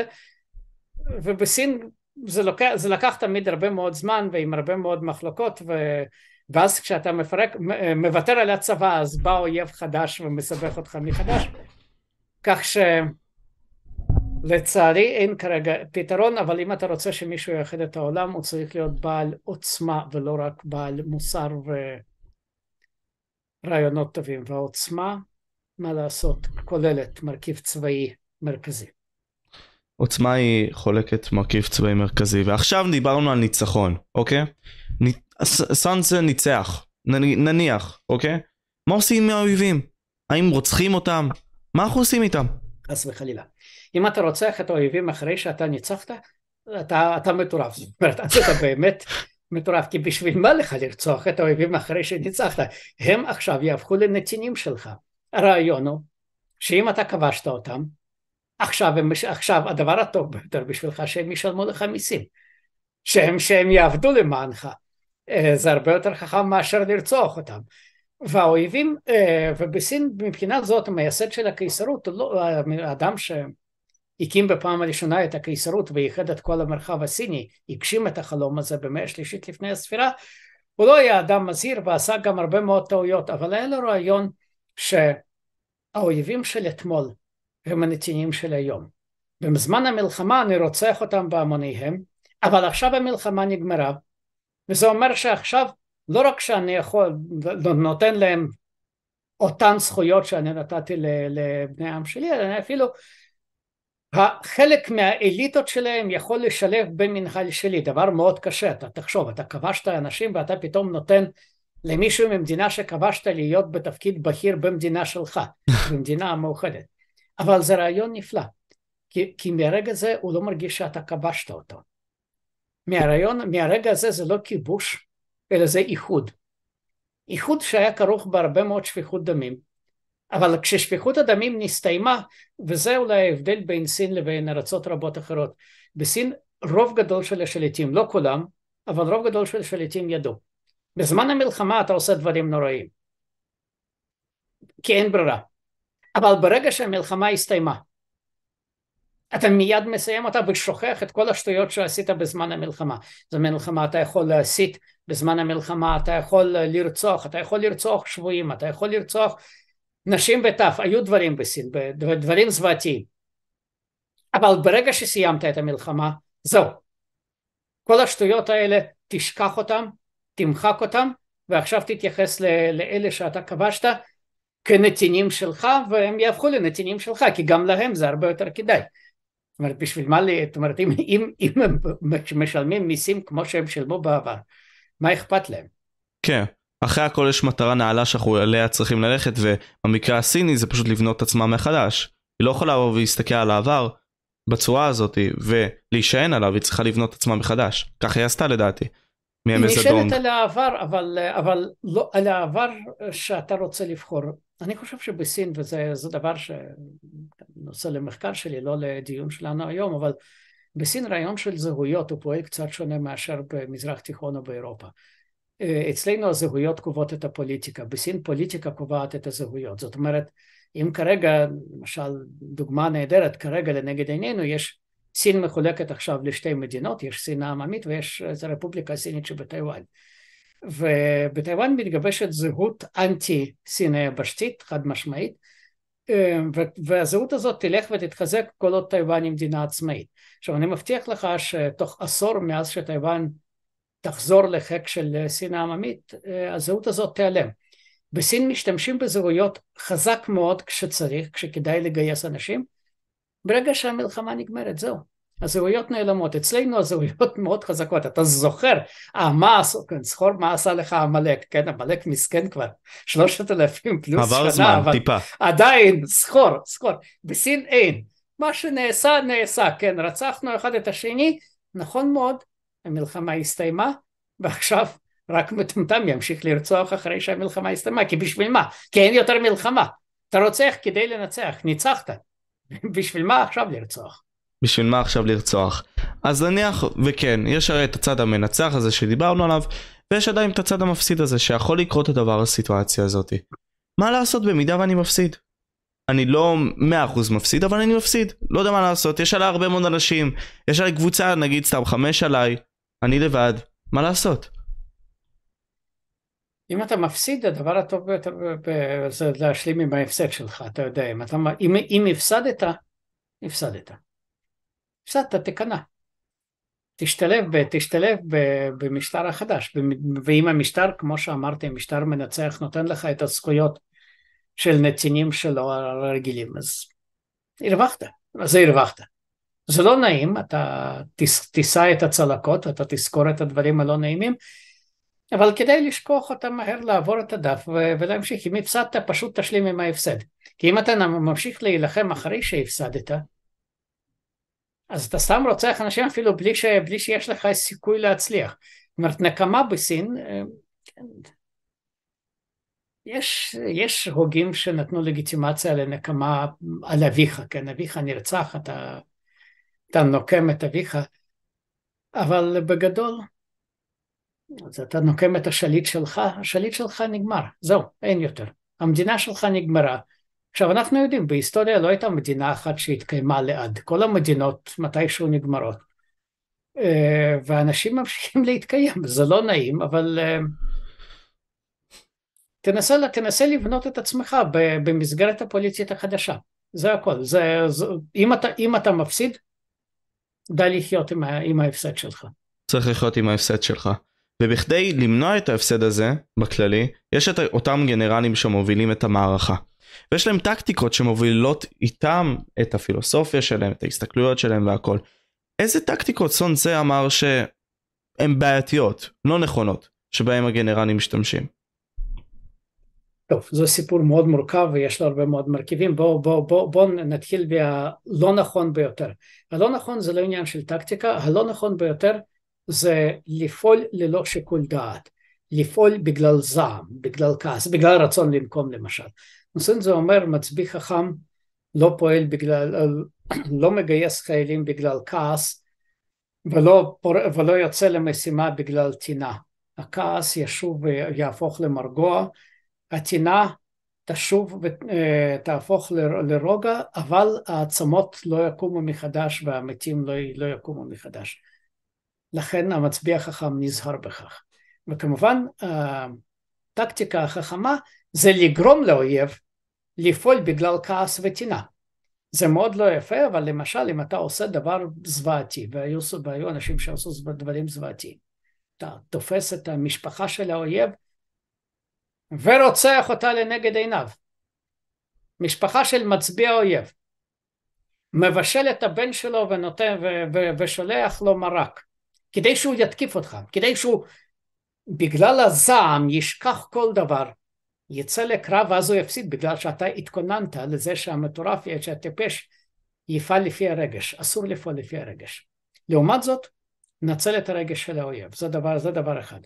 B: ובסין זה לקח תמיד הרבה מאוד זמן, ועם הרבה מאוד מחלוקות, ואז כשאתה מוותר על הצבא, אז בא אויב חדש ומסבך אותך מחדש, כך שלצערי אין כרגע פתרון, אבל אם אתה רוצה שמישהו יאחד את העולם, הוא צריך להיות בעל עוצמה, ולא רק בעל מוסר רעיונות טובים, והעוצמה, מה לעשות, כוללת מרכיב צבאי מרכזי.
A: עוצמה היא חולקת מרכיב צבאי מרכזי, ועכשיו דיברנו על ניצחון, אוקיי? סונזה ניצח, נניח, אוקיי? מה עושים עם האויבים? האם רוצחים אותם? מה אנחנו עושים איתם?
B: חס וחלילה. אם אתה רוצח את האויבים אחרי שאתה ניצחת, אתה מטורף. זאת אומרת, אתה באמת מטורף, כי בשביל מה לך לרצוח את האויבים אחרי שניצחת? הם עכשיו יהפכו לנתינים שלך. הרעיון הוא שאם אתה כבשת אותם, עכשיו הדבר הטוב ביותר בשבילך שהם ישלמו לך מיסים, שהם יעבדו למענך, זה הרבה יותר חכם מאשר לרצוח אותם. והאויבים, ובסין מבחינת זאת המייסד של הקיסרות, האדם שהקים בפעם הראשונה את הקיסרות וייחד את כל המרחב הסיני, הגשים את החלום הזה במאה השלישית לפני הספירה, הוא לא היה אדם מזהיר ועשה גם הרבה מאוד טעויות, אבל היה לו רעיון שהאויבים של אתמול הם הנתינים של היום. בזמן המלחמה אני רוצח אותם בהמוניהם, אבל עכשיו המלחמה נגמרה, וזה אומר שעכשיו לא רק שאני יכול, נותן להם אותן זכויות שאני נתתי לבני העם שלי, אלא אפילו חלק מהאליטות שלהם יכול לשלב במנהל שלי, דבר מאוד קשה. אתה תחשוב, אתה כבשת אנשים ואתה פתאום נותן למישהו ממדינה שכבשת להיות בתפקיד בכיר במדינה שלך, במדינה המאוחדת. אבל זה רעיון נפלא, כי מהרגע זה הוא לא מרגיש שאתה כבשת אותו. מהרגע הזה זה לא כיבוש, אלא זה איחוד. איחוד שהיה כרוך בהרבה מאוד שפיכות דמים, אבל כששפיכות הדמים נסתיימה, וזה אולי ההבדל בין סין לבין ארצות רבות אחרות, בסין רוב גדול של השליטים, לא כולם, אבל רוב גדול של השליטים ידעו. בזמן המלחמה אתה עושה דברים נוראים, כי אין ברירה. אבל ברגע שהמלחמה הסתיימה, אתה מיד מסיים אותה ושוכח את כל השטויות שעשית בזמן המלחמה. זו מלחמה, אתה יכול להסית בזמן המלחמה, אתה יכול לרצוח, אתה יכול לרצוח שבויים, אתה יכול לרצוח נשים וטף, היו דברים בסין, דברים זוועתיים. אבל ברגע שסיימת את המלחמה, זהו. כל השטויות האלה, תשכח אותם, תמחק אותם, ועכשיו תתייחס לאלה שאתה כבשת כנתינים שלך, והם יהפכו לנתינים שלך, כי גם להם זה הרבה יותר כדאי. זאת אומרת, בשביל מה לי, זאת אומרת, אם הם משלמים מיסים כמו שהם שלמו בעבר, מה אכפת להם?
A: כן, אחרי הכל יש מטרה נעלה שאנחנו עליה צריכים ללכת, ובמקרה הסיני זה פשוט לבנות את עצמה מחדש. היא לא יכולה לבוא ולהסתכל על העבר בצורה הזאת, ולהישען עליו, היא צריכה לבנות את עצמה מחדש. כך היא עשתה לדעתי.
B: היא נשענת על העבר, אבל לא על העבר שאתה רוצה לבחור. אני חושב שבסין, וזה דבר שנושא למחקר שלי, לא לדיון שלנו היום, אבל בסין רעיון של זהויות הוא פועל קצת שונה מאשר במזרח תיכון או באירופה. אצלנו הזהויות קובעות את הפוליטיקה, בסין פוליטיקה קובעת את הזהויות. זאת אומרת, אם כרגע, למשל דוגמה נהדרת, כרגע לנגד עינינו יש סין מחולקת עכשיו לשתי מדינות, יש סין העממית ויש הרפובליקה הסינית שבטייוואן. ובטייוואן מתגבשת זהות אנטי סין היבשתית, חד משמעית, והזהות הזאת תלך ותתחזק כל עוד טייוואן היא מדינה עצמאית. עכשיו אני מבטיח לך שתוך עשור מאז שטייוואן תחזור לחק של סין העממית, הזהות הזאת תיעלם. בסין משתמשים בזהויות חזק מאוד כשצריך, כשכדאי לגייס אנשים, ברגע שהמלחמה נגמרת, זהו. הזהויות נעלמות. אצלנו הזהויות מאוד חזקות. אתה זוכר, זכור מה עשה לך המלאק, כן, המלאק מסכן כבר 3,000 פלוס שנה,
A: עבר זמן,
B: אבל
A: טיפה.
B: עדיין, זכור. בסין אין. מה שנעשה, נעשה, כן, רצחנו אחד את השני, נכון מאוד, המלחמה הסתיימה, ועכשיו רק מטומטם ימשיך לרצוח אחרי שהמלחמה הסתיימה, כי בשביל מה? כי אין יותר מלחמה. אתה רוצח כדי לנצח, ניצחת. בשביל מה עכשיו לרצוח?
A: בשביל מה עכשיו לרצוח? אז נניח, וכן, יש הרי את הצד המנצח הזה שדיברנו עליו, ויש עדיין את הצד המפסיד הזה, שיכול לקרות הדבר הסיטואציה הזאת. מה לעשות במידה ואני מפסיד? אני לא 100% מפסיד, אבל אני מפסיד. לא יודע מה לעשות, יש עליי הרבה מאוד אנשים, יש עליי קבוצה, נגיד סתם 5 עליי, אני לבד, מה לעשות?
B: אם אתה מפסיד, הדבר הטוב ביותר זה להשלים עם ההפסד שלך, אתה יודע, אם הפסדת, תקנה. תשתלב במשטר החדש, ואם המשטר, כמו שאמרתי, משטר מנצח נותן לך את הזכויות של נתינים שלו הרגילים, אז הרווחת. זה לא נעים, אתה תישא את הצלקות, אתה תזכור את הדברים הלא נעימים, אבל כדאי לשכוח אותם מהר, לעבור את הדף ולהמשיך. אם הפסדת, פשוט תשלים עם ההפסד. כי אם אתה ממשיך להילחם אחרי שהפסדת, אז אתה סתם רוצח אנשים אפילו בלי שיש לך סיכוי להצליח. זאת אומרת, נקמה בסין, יש הוגים שנתנו לגיטימציה לנקמה על אביך, כן, אביך נרצח, אתה נוקם את אביך, אבל בגדול, אז אתה נוקם את השליט שלך נגמר, זהו, אין יותר. המדינה שלך נגמרה. עכשיו אנחנו יודעים, בהיסטוריה לא הייתה מדינה אחת שהתקיימה לעד, כל המדינות מתישהו נגמרות. ואנשים ממשיכים להתקיים, זה לא נעים, אבל תנסה לבנות את עצמך במסגרת הפוליטית החדשה. זה הכל. אם אתה מפסיד, די לחיות עם ההפסד שלך.
A: צריך לחיות עם ההפסד שלך. ובכדי למנוע את ההפסד הזה, בכללי, יש את אותם גנרלים שמובילים את המערכה. ויש להם טקטיקות שמובילות איתם את הפילוסופיה שלהם, את ההסתכלויות שלהם והכל. איזה טקטיקות סון זה אמר שהן בעייתיות, לא נכונות, שבהם הגנרלים משתמשים?
B: טוב, זה סיפור מאוד מורכב ויש לו הרבה מאוד מרכיבים. בוא נתחיל מהלא נכון ביותר. הלא נכון זה לא עניין של טקטיקה, הלא נכון ביותר זה לפעול ללא שיקול דעת, לפעול בגלל זעם, בגלל כעס, בגלל רצון לנקום למשל. זה אומר מצביא חכם לא פועל בגלל, לא מגייס חיילים בגלל כעס, ולא יוצא למשימה בגלל טינה. הכעס ישוב ויהפוך למרגוע, הטינה תשוב ותהפוך לרוגע, אבל העצמות לא יקומו מחדש והמתים לא יקומו מחדש. לכן המצביא החכם נזהר בכך. וכמובן הטקטיקה החכמה זה לגרום לאויב לפעול בגלל כעס וטינה. זה מאוד לא יפה, אבל למשל אם אתה עושה דבר זוועתי, והיו אנשים שעשו דברים זוועתיים, אתה תופס את המשפחה של האויב ורוצח אותה לנגד עיניו. משפחה של מצביא האויב, מבשל את הבן שלו ונותן ושולח לו מרק, כדי שהוא יתקיף אותך, כדי שהוא בגלל הזעם ישכח כל דבר, יצא לקרב ואז הוא יפסיד, בגלל שאתה התכוננת לזה שהמטורף, שהטיפש יפעל לפי הרגש. אסור לפעול לפי הרגש. לעומת זאת, נצל את הרגש של האויב. זה דבר אחד.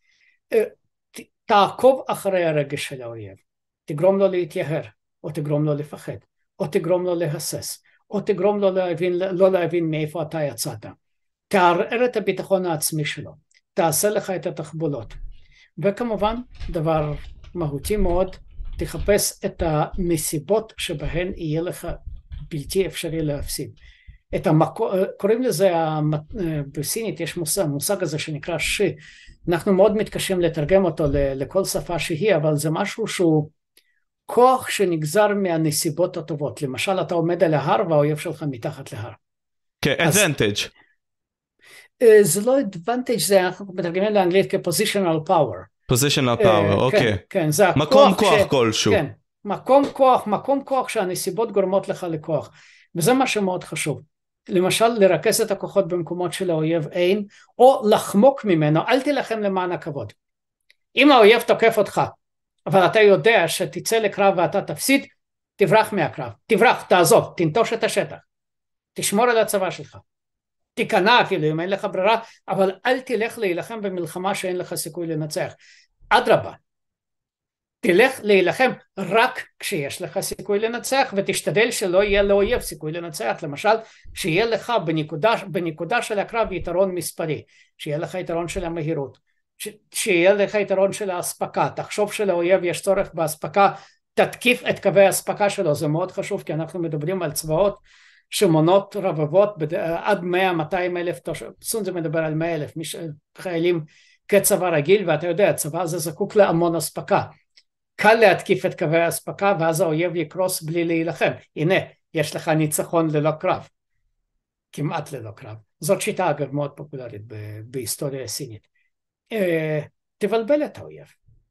B: תעקוב אחרי הרגש של האויב. תגרום לו להתייהר, או תגרום לו לפחד, או תגרום לו להסס, או תגרום לו לא להבין מאיפה אתה יצאת. תערער את הביטחון העצמי שלו. תעשה לך את התחבולות. וכמובן, דבר מהותי מאוד, תחפש את הנסיבות שבהן יהיה לך בלתי אפשרי להפסיד. קוראים לזה, בסינית יש מושג הזה שנקרא שי, אנחנו מאוד מתקשים לתרגם אותו לכל שפה שהיא, אבל זה משהו שהוא כוח שנגזר מהנסיבות הטובות. למשל, אתה עומד על ההר והאויב שלך מתחת להר.
A: כן, advantage.
B: זה לא advantage, זה אנחנו מתרגמים לאנגלית כ-positional power.
A: positional power, אוקיי.
B: כן, זה
A: מקום כוח כלשהו.
B: כן, מקום כוח שהנסיבות גורמות לך לכוח. וזה מה שמאוד חשוב. למשל, לרכז את הכוחות במקומות של האויב אין, או לחמוק ממנו, אל תלחם למען הכבוד. אם האויב תוקף אותך, אבל אתה יודע שתצא לקרב ואתה תפסיד, תברח מהקרב, תברח, תעזוב, תנטוש את השטח. תשמור על הצבא שלך. תיכנע אפילו אם אין לך ברירה, אבל אל תלך להילחם במלחמה שאין לך סיכוי לנצח. אדרבה, תלך להילחם רק כשיש לך סיכוי לנצח, ותשתדל שלא יהיה לאויב סיכוי לנצח. למשל, שיהיה לך בנקודה של הקרב יתרון מספרי, שיהיה לך יתרון של המהירות, שיהיה לך יתרון של ההספקה. תחשוב שלאויב יש צורך בהספקה, תתקיף את קווי ההספקה שלו. זה מאוד חשוב, כי אנחנו מדברים על צבאות שמונות רבבות עד 100-200 אלף תושבים. סון זה מדבר על 100 אלף חיילים כצבא רגיל, ואתה יודע, הצבא הזה זקוק להמון הספקה. קל להתקיף את קווי ההספקה, ואז האויב יקרוס בלי להילחם. הנה, יש לך ניצחון ללא קרב. כמעט ללא קרב. זאת שיטה אגב מאוד פופולרית בהיסטוריה הסינית. תבלבל את האויב.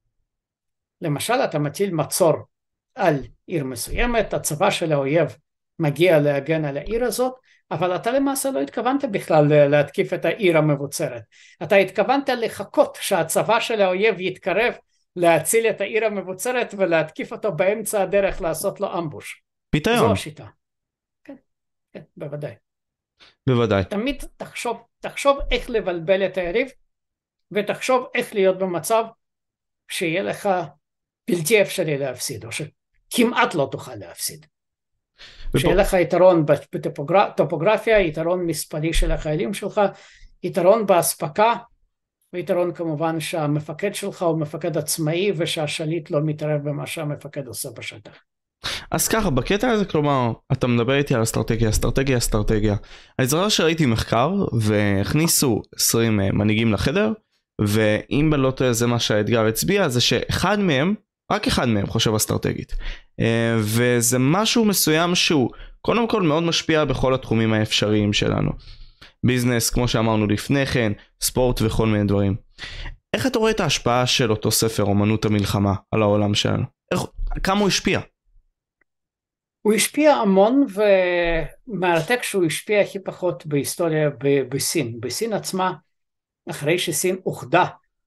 B: למשל, אתה מטיל מצור על עיר מסוימת, הצבא של האויב מגיע להגן על העיר הזאת, אבל אתה למעשה לא התכוונת בכלל להתקיף את העיר המבוצרת. אתה התכוונת לחכות שהצבא של האויב יתקרב, להציל את העיר המבוצרת ולהתקיף אותו באמצע הדרך, לעשות לו אמבוש.
A: פיתיון.
B: זו השיטה. כן, כן, בוודאי.
A: בוודאי.
B: תמיד תחשוב איך לבלבל את היריב, ותחשוב איך להיות במצב שיהיה לך בלתי אפשרי להפסיד, או שכמעט לא תוכל להפסיד. שיהיה לך יתרון בטופוגרפיה, יתרון מספרי של החיילים שלך, יתרון בהספקה, ויתרון כמובן שהמפקד שלך הוא מפקד עצמאי, ושהשליט לא מתערב במה שהמפקד עושה בשטח.
A: אז ככה, בקטע הזה, כלומר, אתה מדבר איתי על אסטרטגיה. אני זוכר שראיתי מחקר, והכניסו 20 מנהיגים לחדר, ואם בלוטו זה מה שהאתגר הצביע, זה שאחד מהם, רק אחד מהם חושב אסטרטגית. וזה משהו מסוים שהוא קודם כל מאוד משפיע בכל התחומים האפשריים שלנו. ביזנס, כמו שאמרנו לפני כן, ספורט וכל מיני דברים. איך אתה רואה את ההשפעה של אותו ספר, אומנות המלחמה, על העולם שלנו? כמה הוא השפיע?
B: הוא השפיע המון, ומרתק שהוא השפיע הכי פחות בהיסטוריה בסין. בסין עצמה, אחרי שסין אוחדה,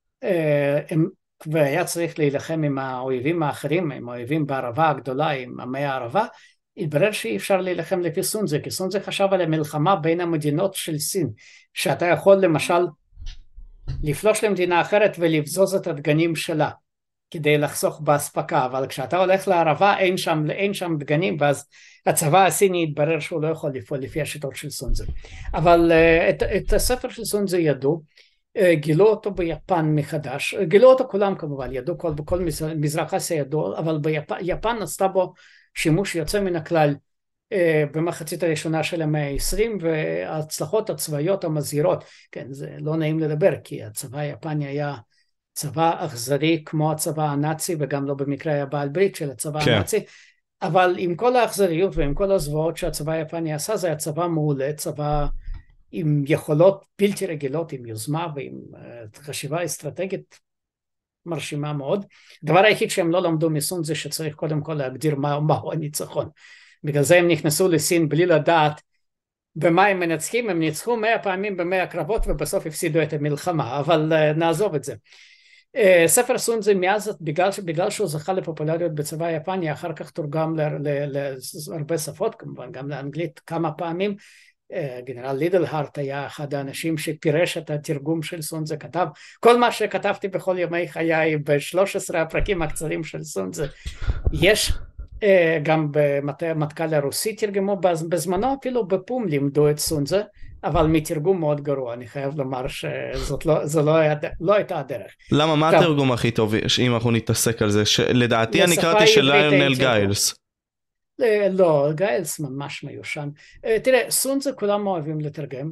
B: והיה צריך להילחם עם האויבים האחרים, עם האויבים בערבה הגדולה, עם עמי הערבה, התברר שאי אפשר להילחם לפי סונזה, כי סונזה חשב על המלחמה בין המדינות של סין, שאתה יכול למשל לפלוש למדינה אחרת ולבזוז את הדגנים שלה, כדי לחסוך בהספקה, אבל כשאתה הולך לערבה אין שם דגנים, ואז הצבא הסיני התברר שהוא לא יכול לפעול לפי השיטות של סונזה. אבל את הספר של סונזה ידעו, גילו אותו ביפן מחדש, גילו אותו כולם כמובן, ידעו בכל מזרח אסיה ידעו, אבל ביפן עשתה בו שימוש יוצא מן הכלל במחצית הראשונה של המאה ה-20, וההצלחות הצבאיות המזהירות, כן, זה לא נעים לדבר, כי הצבא היפני היה צבא אכזרי כמו הצבא הנאצי, וגם לא במקרה היה בעל ברית של הצבא הנאצי, אבל עם כל האכזריות ועם כל הזוועות שהצבא היפני עשה, זה היה צבא מעולה, צבא עם יכולות בלתי רגילות, עם יוזמה ועם חשיבה אסטרטגית מרשימה מאוד. הדבר היחיד שהם לא למדו מסון זה שצריך קודם כל להגדיר מהו הניצחון. בגלל זה הם נכנסו לסין בלי לדעת במה הם מנצחים, הם ניצחו 100 פעמים ב100 קרבות ובסוף הפסידו את המלחמה, אבל נעזוב את זה. ספר סונזה מאז, בגלל שהוא זכה לפופולריות בצבא היפני, אחר כך תורגם להרבה שפות, כמובן גם לאנגלית כמה פעמים. גנרל לידלהארט היה אחד האנשים שפירש את התרגום של סונזה, כתב כל מה שכתבתי בכל ימי חיי ב13 הפרקים הקצרים של סונזה. יש גם במטה המטכ"ל הרוסי תרגמו, בזמנו אפילו בפום לימדו את סונזה, אבל מתרגום מאוד גרוע, אני חייב לומר שזו לא הייתה הדרך.
A: למה? מה התרגום הכי טוב, אם אנחנו נתעסק על זה? לדעתי אני קראתי של ליונל גיילס.
B: לא, גיילס ממש מיושן. תראה, סונזה כולם אוהבים לתרגם.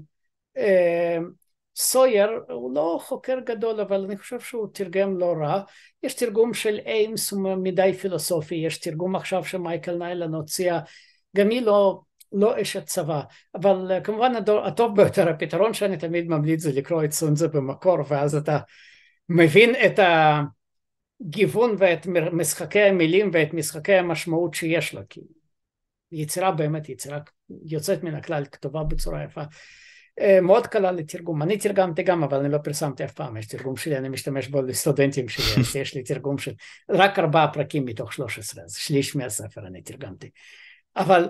B: סויר הוא לא חוקר גדול, אבל אני חושב שהוא תרגם לא רע. יש תרגום של איימס, הוא מדי פילוסופי, יש תרגום עכשיו שמייקל ניילן הוציאה, גם היא לא אשת צבא, אבל כמובן הטוב ביותר, הפתרון שאני תמיד ממליץ זה לקרוא את סונזה במקור, ואז אתה מבין את הגיוון ואת משחקי המילים ואת משחקי המשמעות שיש לה, כי יצירה באמת יצירה יוצאת מן הכלל, כתובה בצורה יפה, מאוד קלה לתרגום. אני תרגמתי גם, אבל אני לא פרסמתי אף פעם, יש תרגום שלי, אני משתמש בו לסטודנטים שלי, אז יש לי תרגום של רק 4 פרקים מתוך 13, אז שליש מהספר אני תרגמתי. אבל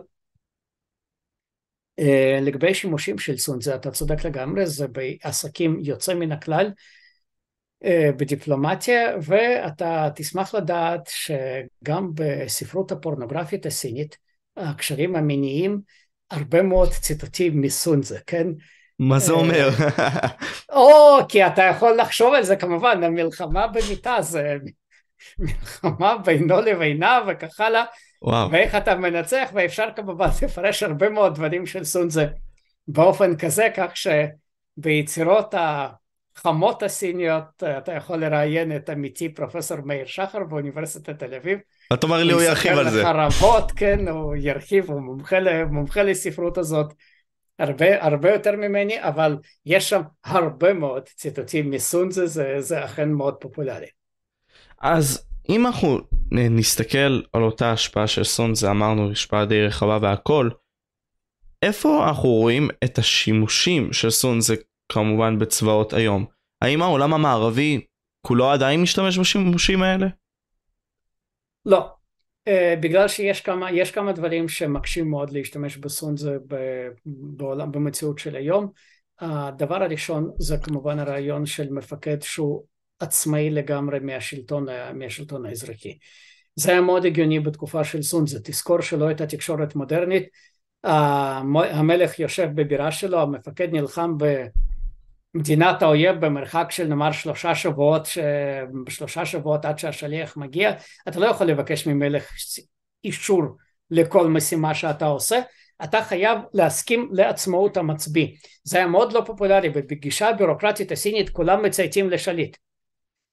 B: לגבי שימושים של סונזה, אתה צודק לגמרי, זה בעסקים יוצא מן הכלל, בדיפלומטיה, ואתה תשמח לדעת שגם בספרות הפורנוגרפית הסינית, הקשרים המיניים, הרבה מאוד ציטוטים מסונזה, כן?
A: מה זה אומר?
B: כי אתה יכול לחשוב על זה כמובן, המלחמה במיטה זה מלחמה בינו לבינה וכך הלאה, ואיך אתה מנצח, ואפשר כמובן לפרש הרבה מאוד דברים של סונזה באופן כזה, כך שביצירות החמות הסיניות אתה יכול לראיין את עמיתי פרופסור מאיר שחר באוניברסיטת תל אביב.
A: אתה אומר לי הוא ירחיב על זה.
B: הוא יספר לך רבות, כן, הוא ירחיב, הוא מומחה לספרות הזאת הרבה יותר ממני, אבל יש שם הרבה מאוד ציטוטים מסונזה, זה אכן מאוד פופולרי.
A: אז אם אנחנו נסתכל על אותה השפעה של סונזה, אמרנו השפעה די רחבה והכל, איפה אנחנו רואים את השימושים של סונזה כמובן בצבאות היום? האם העולם המערבי כולו עדיין משתמש בשימושים האלה?
B: לא, בגלל שיש כמה דברים שמקשים מאוד להשתמש בסונזה במציאות של היום. הדבר הראשון זה כמובן הרעיון של מפקד שהוא עצמאי לגמרי מהשלטון האזרחי. זה היה מאוד הגיוני בתקופה של סונזה. תזכור שלא הייתה תקשורת מודרנית, המלך יושב בבירה שלו, המפקד נלחם במדינת האויב במרחק של נאמר 3 שבועות עד שהשליח מגיע. אתה לא יכול לבקש ממלך אישור לכל משימה שאתה עושה, אתה חייב להסכים לעצמאות המצביא. זה היה מאוד לא פופולרי, ובגישה הבירוקרטית הסינית כולם מצייתים לשליט.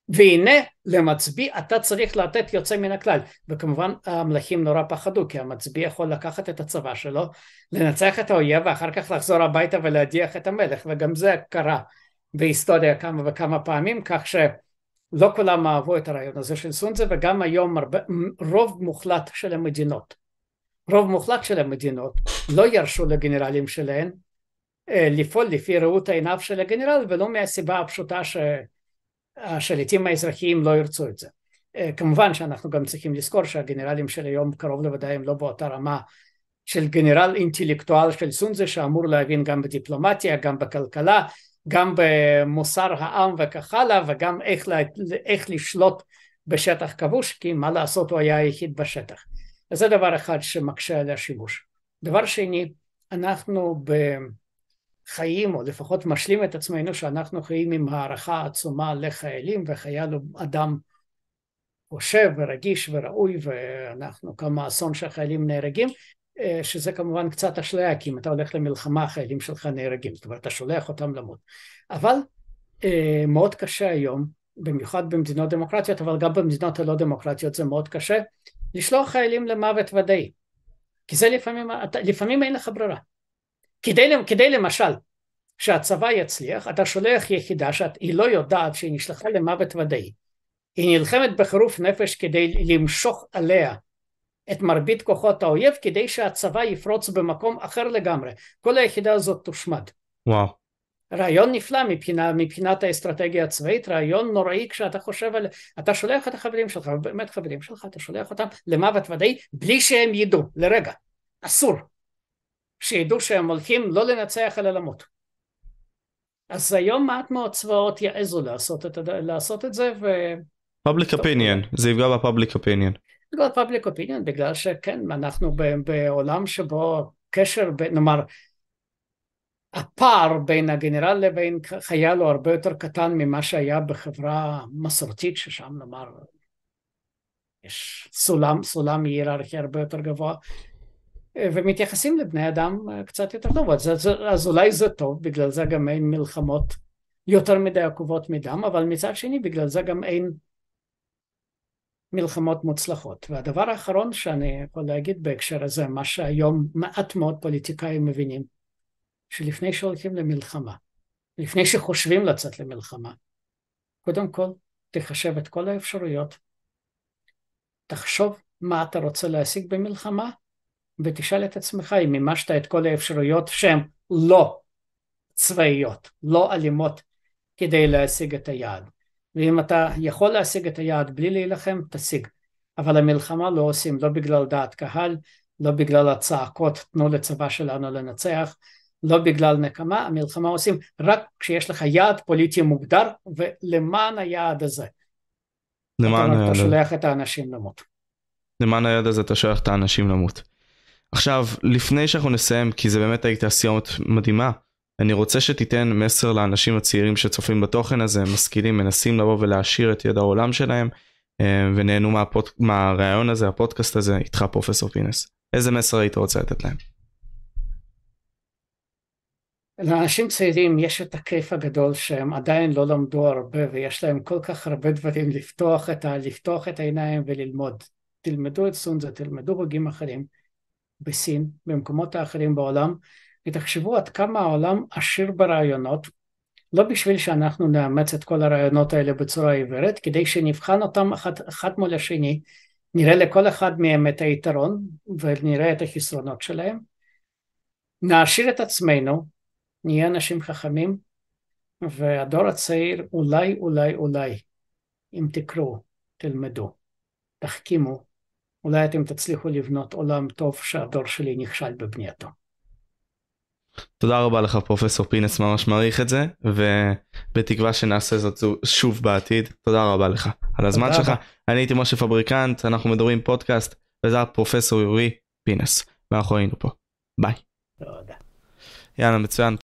B: והנה למצביא אתה צריך לתת יוצא מן הכלל. וכמובן המלכים נורא פחדו, כי המצביא יכול לקחת את הצבא שלו, לנצח את האויב ואחר כך לחזור הביתה ולהדיח את המלך, וגם זה קרה בהיסטוריה כמה וכמה פעמים, כך שלא כולם אהבו את הרעיון הזה של סונזה, וגם היום רוב מוחלט של המדינות לא ירשו לגנרלים שלהן לפעול לפי ראות עיניו של הגנרל, ולא מהסיבה הפשוטה שהשליטים האזרחיים לא ירצו את זה. כמובן שאנחנו גם צריכים לזכור שהגנרלים של היום קרוב לוודאי הם לא באותה רמה של גנרל אינטלקטואל של סונזה, שאמור להבין גם בדיפלומטיה, גם בכלכלה, גם במוסר העם וכך הלאה, וגם איך לשלוט בשטח כבוש, כי מה לעשות הוא היה היחיד בשטח. אז זה דבר אחד שמקשה על השימוש. דבר שני, אנחנו חיים, או לפחות משלים את עצמנו, שאנחנו חיים עם הערכה עצומה לחיילים, וחייל הוא אדם חושב ורגיש וראוי, ואנחנו כמה אסון שהחיילים נהרגים, שזה כמובן קצת אשליה, כי אם אתה הולך למלחמה החיילים שלך נהרגים, זאת אומרת אתה שולח אותם למות. אבל מאוד קשה היום, במיוחד במדינות דמוקרטיות, אבל גם במדינות הלא דמוקרטיות זה מאוד קשה, לשלוח חיילים למוות ודאי, כי זה לפעמים אין לך ברירה. כדי למשל שהצבא יצליח, אתה שולח יחידה שהיא לא יודעת שהיא נשלחה למוות ודאי, היא נלחמת בחירוף נפש כדי למשוך עליה את מרבית כוחות האויב, כדי שהצבא יפרוץ במקום אחר לגמרי. כל היחידה הזאת תושמד.
A: וואו.
B: רעיון נפלא מבחינת האסטרטגיה הצבאית, רעיון נוראי כשאתה חושב על, אתה שולח את החברים שלך, באמת חברים שלך, אתה שולח אותם למוות ודאי, בלי שהם ידעו, לרגע. אסור. שידעו שהם הולכים לא לנצח אלא למות. אז היום מעט מאוד צבאות יעזו לעשות את זה,
A: public opinion, זה יפגע בפובליק opinion.
B: בגלל public opinion, בגלל שכן, אנחנו בעולם שבו קשר, נאמר, הפער בין הגנרל לבין חייל הוא הרבה יותר קטן ממה שהיה בחברה מסורתית, ששם נאמר, יש סולם היררכי הרבה יותר גבוה, ומתייחסים לבני אדם קצת יותר טוב, אז אולי זה טוב, בגלל זה גם אין מלחמות יותר מדי עקובות מדם, אבל מצד שני בגלל זה גם אין מלחמות מוצלחות. והדבר האחרון שאני יכול להגיד בהקשר הזה, מה שהיום מעט מאוד פוליטיקאים מבינים, שלפני שהולכים למלחמה, לפני שחושבים לצאת למלחמה, קודם כל תחשב את כל האפשרויות, תחשוב מה אתה רוצה להשיג במלחמה, ותשאל את עצמך אם מימשת את כל האפשרויות שהן לא צבאיות, לא אלימות, כדי להשיג את היעד. ואם אתה יכול להשיג את היעד בלי להילחם, תשיג. אבל המלחמה לא עושים, לא בגלל דעת קהל, לא בגלל הצעקות, תנו לצבא שלנו לנצח, לא בגלל נקמה, המלחמה עושים רק כשיש לך יעד פוליטי מוגדר, ולמען היעד הזה. אתה שולח את האנשים למות.
A: למען היעד הזה אתה שולח את האנשים למות. עכשיו, לפני שאנחנו נסיים, כי זה באמת הייתה סיומת מדהימה, אני רוצה שתיתן מסר לאנשים הצעירים שצופים בתוכן הזה, משכילים, מנסים לבוא ולהשאיר את ידע העולם שלהם, ונהנו מהרעיון הזה, הפודקאסט הזה, איתך פרופסור פינס. איזה מסר היית רוצה לתת להם?
B: לאנשים צעירים יש את הכיף הגדול שהם עדיין לא למדו הרבה, ויש להם כל כך הרבה דברים לפתוח את העיניים וללמוד. תלמדו את סונזה, תלמדו הוגים אחרים בסין, במקומות האחרים בעולם, ותחשבו עד כמה העולם עשיר ברעיונות, לא בשביל שאנחנו נאמץ את כל הרעיונות האלה בצורה עיוורת, כדי שנבחן אותם אחד מול השני, נראה לכל אחד מהם את היתרון, ונראה את החסרונות שלהם, נעשיר את עצמנו, נהיה אנשים חכמים, והדור הצעיר אולי, אם תקראו, תלמדו, תחכימו, אולי אתם תצליחו לבנות עולם טוב שהדור שלי נכשל בבנייתו.
A: תודה רבה לך פרופסור פינס, ממש מעריך את זה, ובתקווה שנעשה זאת שוב בעתיד. תודה רבה לך על הזמן שלך. אני הייתי משה פבריקנט, אנחנו מדברים פודקאסט, וזה פרופסור יורי פינס, ואנחנו היינו פה. ביי.
B: תודה.
A: יאללה, מצוין.